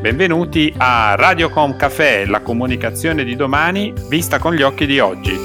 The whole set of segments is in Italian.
Benvenuti a Radiocom Café, la comunicazione di domani vista con gli occhi di oggi.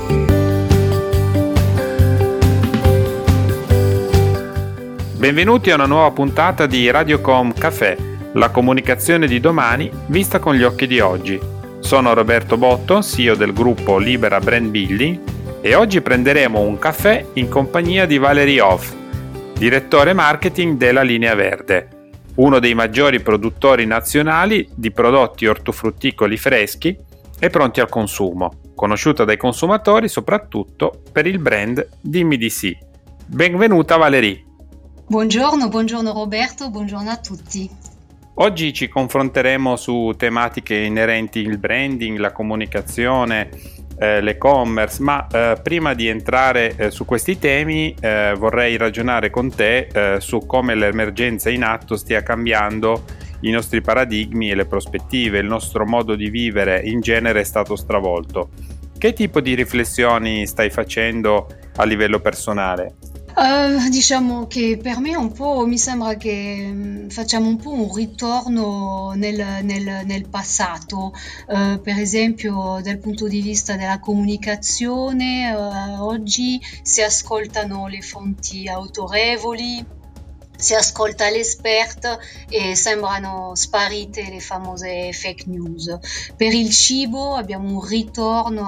Benvenuti a una nuova puntata di Radiocom Café, la comunicazione di domani vista con gli occhi di oggi. Sono Roberto Botto, CEO del gruppo Libera Brand Building, e oggi prenderemo un caffè in compagnia di Valérie Hoff, direttore marketing della Linea Verde, uno dei maggiori produttori nazionali di prodotti ortofrutticoli freschi e pronti al consumo, conosciuta dai consumatori soprattutto per il brand Dimmi di sì. Benvenuta Valérie. Buongiorno Roberto, buongiorno a tutti. Oggi ci confronteremo su tematiche inerenti al branding, la comunicazione, l'e-commerce, ma prima di entrare su questi temi vorrei ragionare con te su come l'emergenza in atto stia cambiando i nostri paradigmi e le prospettive. Il nostro modo di vivere in genere è stato stravolto. Che tipo di riflessioni stai facendo a livello personale? Diciamo che per me un po' mi sembra che facciamo un po' un ritorno nel passato, per esempio dal punto di vista della comunicazione, oggi si ascoltano le fonti autorevoli, si ascolta l'esperto e sembrano sparite le famose fake news. Per il cibo abbiamo un ritorno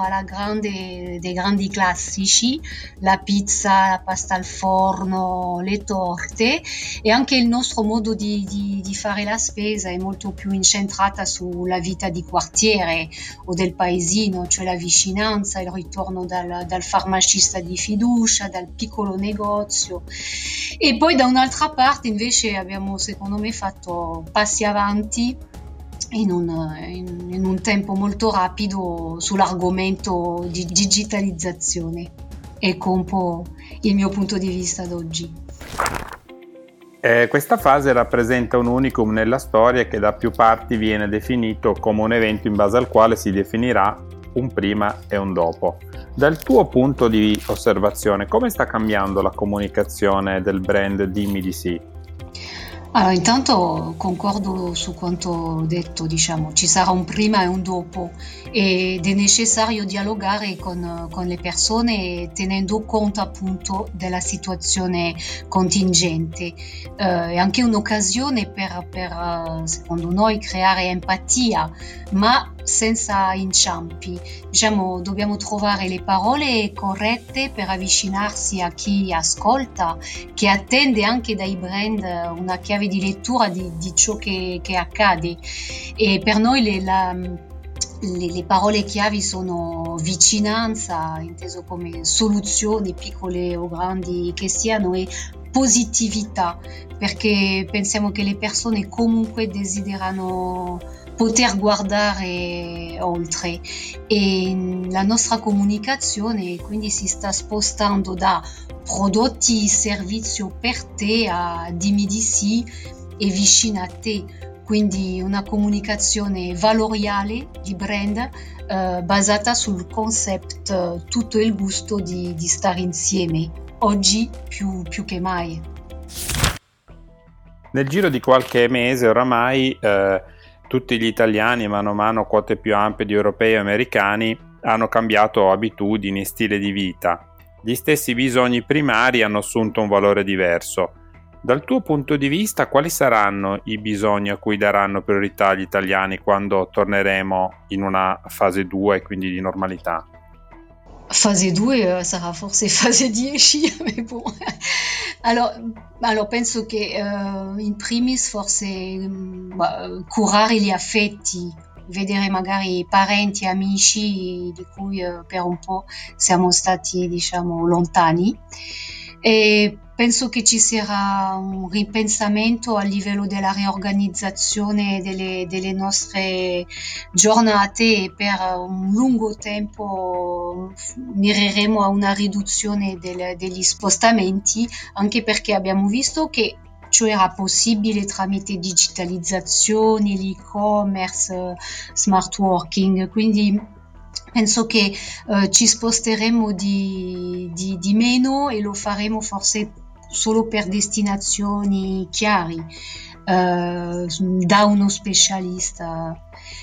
dei grandi classici, la pizza, la pasta al forno, le torte, e anche il nostro modo di fare la spesa è molto più incentrata sulla vita di quartiere o del paesino, cioè la vicinanza, il ritorno dal farmacista di fiducia, dal piccolo negozio. E poi da un'altra parte invece abbiamo secondo me fatto passi avanti in un tempo molto rapido sull'argomento di digitalizzazione. Ecco un po' il mio punto di vista ad oggi. Questa fase rappresenta un unicum nella storia che da più parti viene definito come un evento in base al quale si definirà un prima e un dopo. Dal tuo punto di osservazione, come sta cambiando la comunicazione del brand Dimmi di sì? Allora, intanto concordo su quanto detto, diciamo, ci sarà un prima e un dopo ed è necessario dialogare con le persone tenendo conto appunto della situazione contingente. È anche un'occasione per secondo noi creare empatia, ma senza inciampi. Diciamo, dobbiamo trovare le parole corrette per avvicinarsi a chi ascolta, che attende anche dai brand una chiave di lettura di ciò che accade. E per noi le parole chiavi sono vicinanza, inteso come soluzioni piccole o grandi che siano, e positività, perché pensiamo che le persone comunque desiderano poter guardare oltre, e la nostra comunicazione quindi si sta spostando da prodotti servizio per te a dimmi di sì e vicino a te, quindi una comunicazione valoriale di brand basata sul concept tutto il gusto di stare insieme, oggi più che mai. Nel giro di qualche mese oramai tutti gli italiani, mano a mano quote più ampie di europei e americani, hanno cambiato abitudini e stile di vita. Gli stessi bisogni primari hanno assunto un valore diverso. Dal tuo punto di vista, quali saranno i bisogni a cui daranno priorità gli italiani quando torneremo in una fase 2, quindi di normalità? Fase 2 sarà forse fase 10, ma bon. Allora penso che in primis forse curare gli affetti, vedere magari parenti e amici di cui per un po' siamo stati, diciamo, lontani, e penso che ci sarà un ripensamento a livello della riorganizzazione delle nostre giornate, e per un lungo tempo mireremo a una riduzione degli spostamenti, anche perché abbiamo visto che ciò era possibile tramite digitalizzazione, l'e-commerce, smart working, quindi penso che ci sposteremo di meno e lo faremo forse solo per destinazioni chiari. da uno specialista.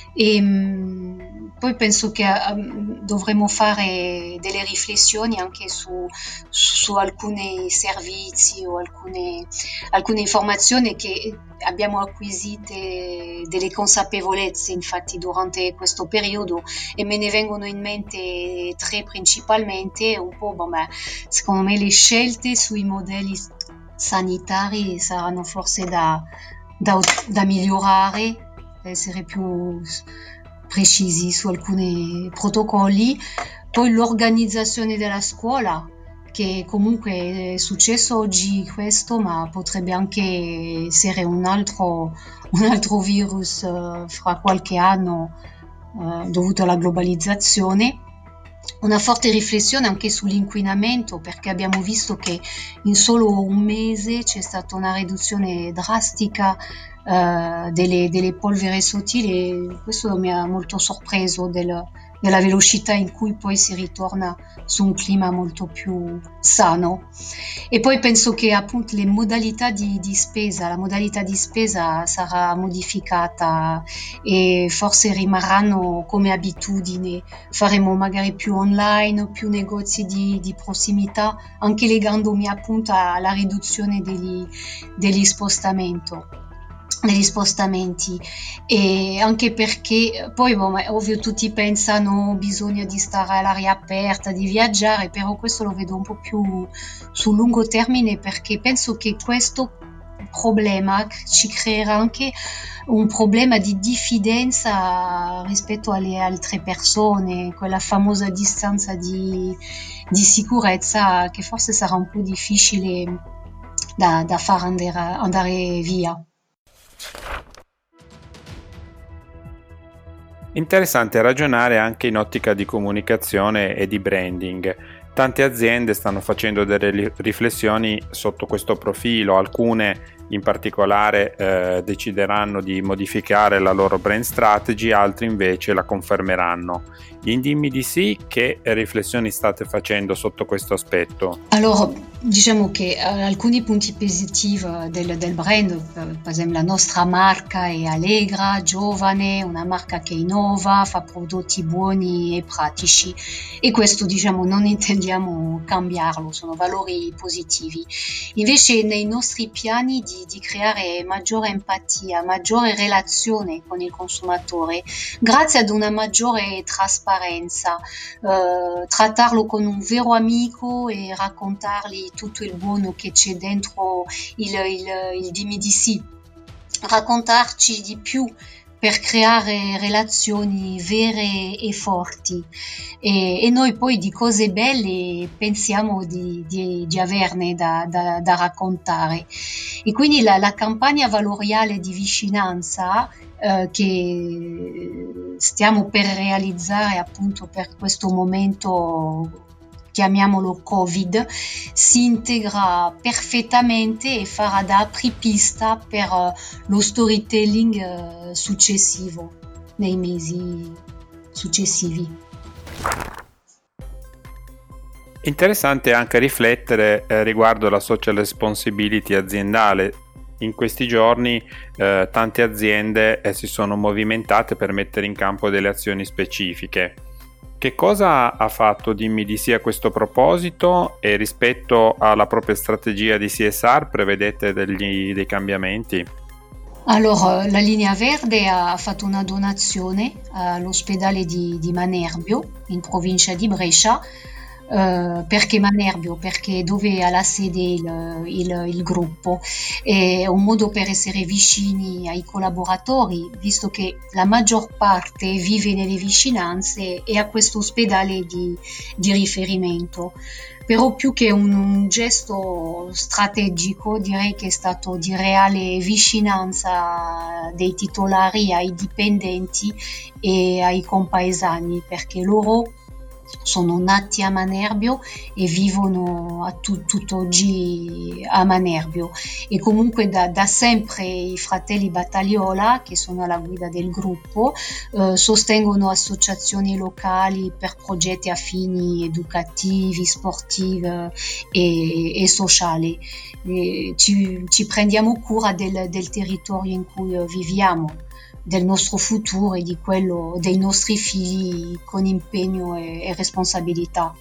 Poi penso che dovremmo fare delle riflessioni anche su alcuni servizi o alcune informazioni che abbiamo acquisite, delle consapevolezze infatti durante questo periodo, e me ne vengono in mente tre principalmente. Un po', secondo me le scelte sui modelli sanitari saranno forse da migliorare, essere più precisi su alcuni protocolli. Poi l'organizzazione della scuola, che comunque è successo oggi questo, ma potrebbe anche essere un altro virus fra qualche anno dovuto alla globalizzazione. Una forte riflessione anche sull'inquinamento, perché abbiamo visto che in solo un mese c'è stata una riduzione drastica delle polveri sottili, e questo mi ha molto sorpreso della velocità in cui poi si ritorna su un clima molto più sano. E poi penso che appunto le modalità di spesa, la modalità di spesa sarà modificata e forse rimarranno come abitudine. Faremo magari più online o più negozi di prossimità, anche legandomi appunto alla riduzione degli spostamenti, e anche perché poi ovvio tutti pensano bisogna di stare all'aria aperta, di viaggiare, però questo lo vedo un po' più sul lungo termine, perché penso che questo problema ci creerà anche un problema di diffidenza rispetto alle altre persone, quella famosa distanza di sicurezza che forse sarà un po' difficile da far andare via. Interessante ragionare anche in ottica di comunicazione e di branding. Tante aziende stanno facendo delle riflessioni sotto questo profilo, alcune in particolare decideranno di modificare la loro brand strategy, altri invece la confermeranno. In Dimmi di sì, che riflessioni state facendo sotto questo aspetto? Allora, diciamo che alcuni punti positivi del brand, per esempio la nostra marca è allegra, giovane, una marca che innova, fa prodotti buoni e pratici, e questo diciamo non intendiamo cambiarlo, sono valori positivi. Invece nei nostri piani di creare maggiore empatia, maggiore relazione con il consumatore, grazie ad una maggiore trasparenza, trattarlo con un vero amico e raccontargli tutto il buono che c'è dentro il Dimmi di sì, raccontarci di più per creare relazioni vere e forti, e noi poi di cose belle pensiamo di averne da raccontare. E quindi la campagna valoriale di vicinanza che stiamo per realizzare appunto per questo momento, chiamiamolo Covid, si integra perfettamente e farà da apripista per lo storytelling successivo, nei mesi successivi. Interessante anche riflettere riguardo la social responsibility aziendale. In questi giorni tante aziende si sono movimentate per mettere in campo delle azioni specifiche. Che cosa ha fatto Dimmi di sì a questo proposito, e rispetto alla propria strategia di CSR prevedete dei cambiamenti? Allora, la Linea Verde ha fatto una donazione all'ospedale di Manerbio, in provincia di Brescia. Perché Manerbio? Perché dove ha la sede il gruppo, è un modo per essere vicini ai collaboratori, visto che la maggior parte vive nelle vicinanze e ha questo ospedale di riferimento. Però più che un gesto strategico, direi che è stato di reale vicinanza dei titolari ai dipendenti e ai compaesani, perché loro sono nati a Manerbio e vivono tutt'oggi a Manerbio, e comunque da sempre i fratelli Battagliola, che sono alla guida del gruppo, sostengono associazioni locali per progetti affini educativi, sportivi e sociali. Ci prendiamo cura del territorio in cui viviamo, del nostro futuro e di quello dei nostri figli, con impegno e responsabilità.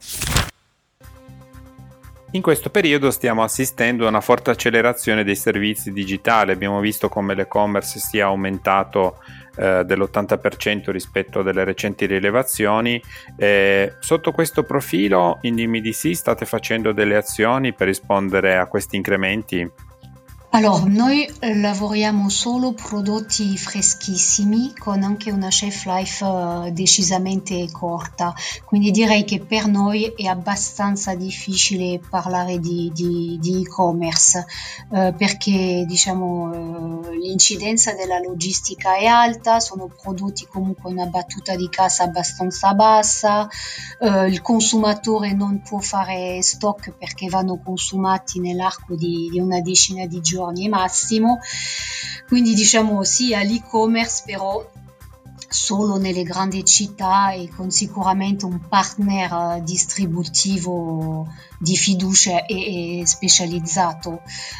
In questo periodo stiamo assistendo a una forte accelerazione dei servizi digitali. Abbiamo visto come l'e-commerce sia aumentato dell'80% rispetto alle recenti rilevazioni. Sotto questo profilo in DMDC state facendo delle azioni per rispondere a questi incrementi? Allora, noi lavoriamo solo prodotti freschissimi, con anche una shelf life decisamente corta, quindi direi che per noi è abbastanza difficile parlare di e-commerce, perché l'incidenza della logistica è alta, sono prodotti comunque una battuta di cassa abbastanza bassa, il consumatore non può fare stock perché vanno consumati nell'arco di una decina di giorni massimo, quindi sì all'e-commerce, però solo nelle grandi città e con sicuramente un partner distributivo di fiducia e specializzato.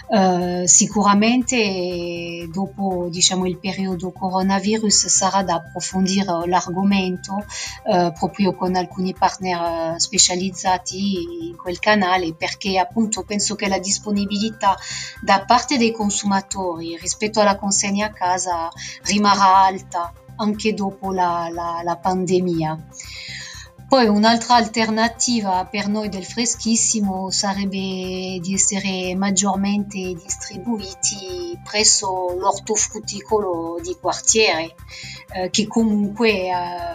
Sicuramente dopo il periodo coronavirus sarà da approfondire l'argomento proprio con alcuni partner specializzati in quel canale, perché appunto penso che la disponibilità da parte dei consumatori rispetto alla consegna a casa rimarrà alta anche dopo la pandemia. Poi un'altra alternativa per noi del freschissimo sarebbe di essere maggiormente distribuiti presso l'ortofrutticolo di quartiere, che comunque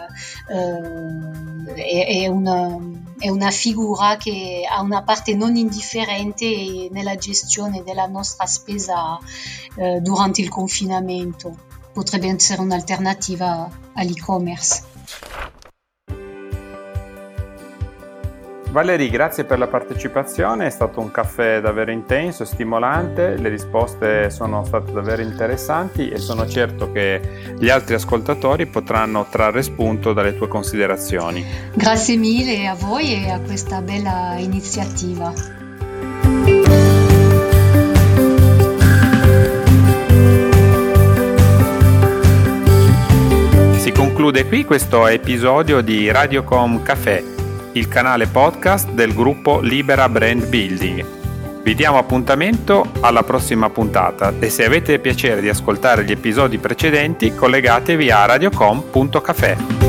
è una figura che ha una parte non indifferente nella gestione della nostra spesa durante il confinamento. Potrebbe essere un'alternativa all'e-commerce. Valerie, grazie per la partecipazione, è stato un caffè davvero intenso, stimolante, le risposte sono state davvero interessanti e sono certo che gli altri ascoltatori potranno trarre spunto dalle tue considerazioni. Grazie mille a voi e a questa bella iniziativa. Si conclude qui questo episodio di Radiocom Café, il canale podcast del gruppo Libera Brand Building. Vi diamo appuntamento alla prossima puntata e se avete piacere di ascoltare gli episodi precedenti collegatevi a radiocom.café.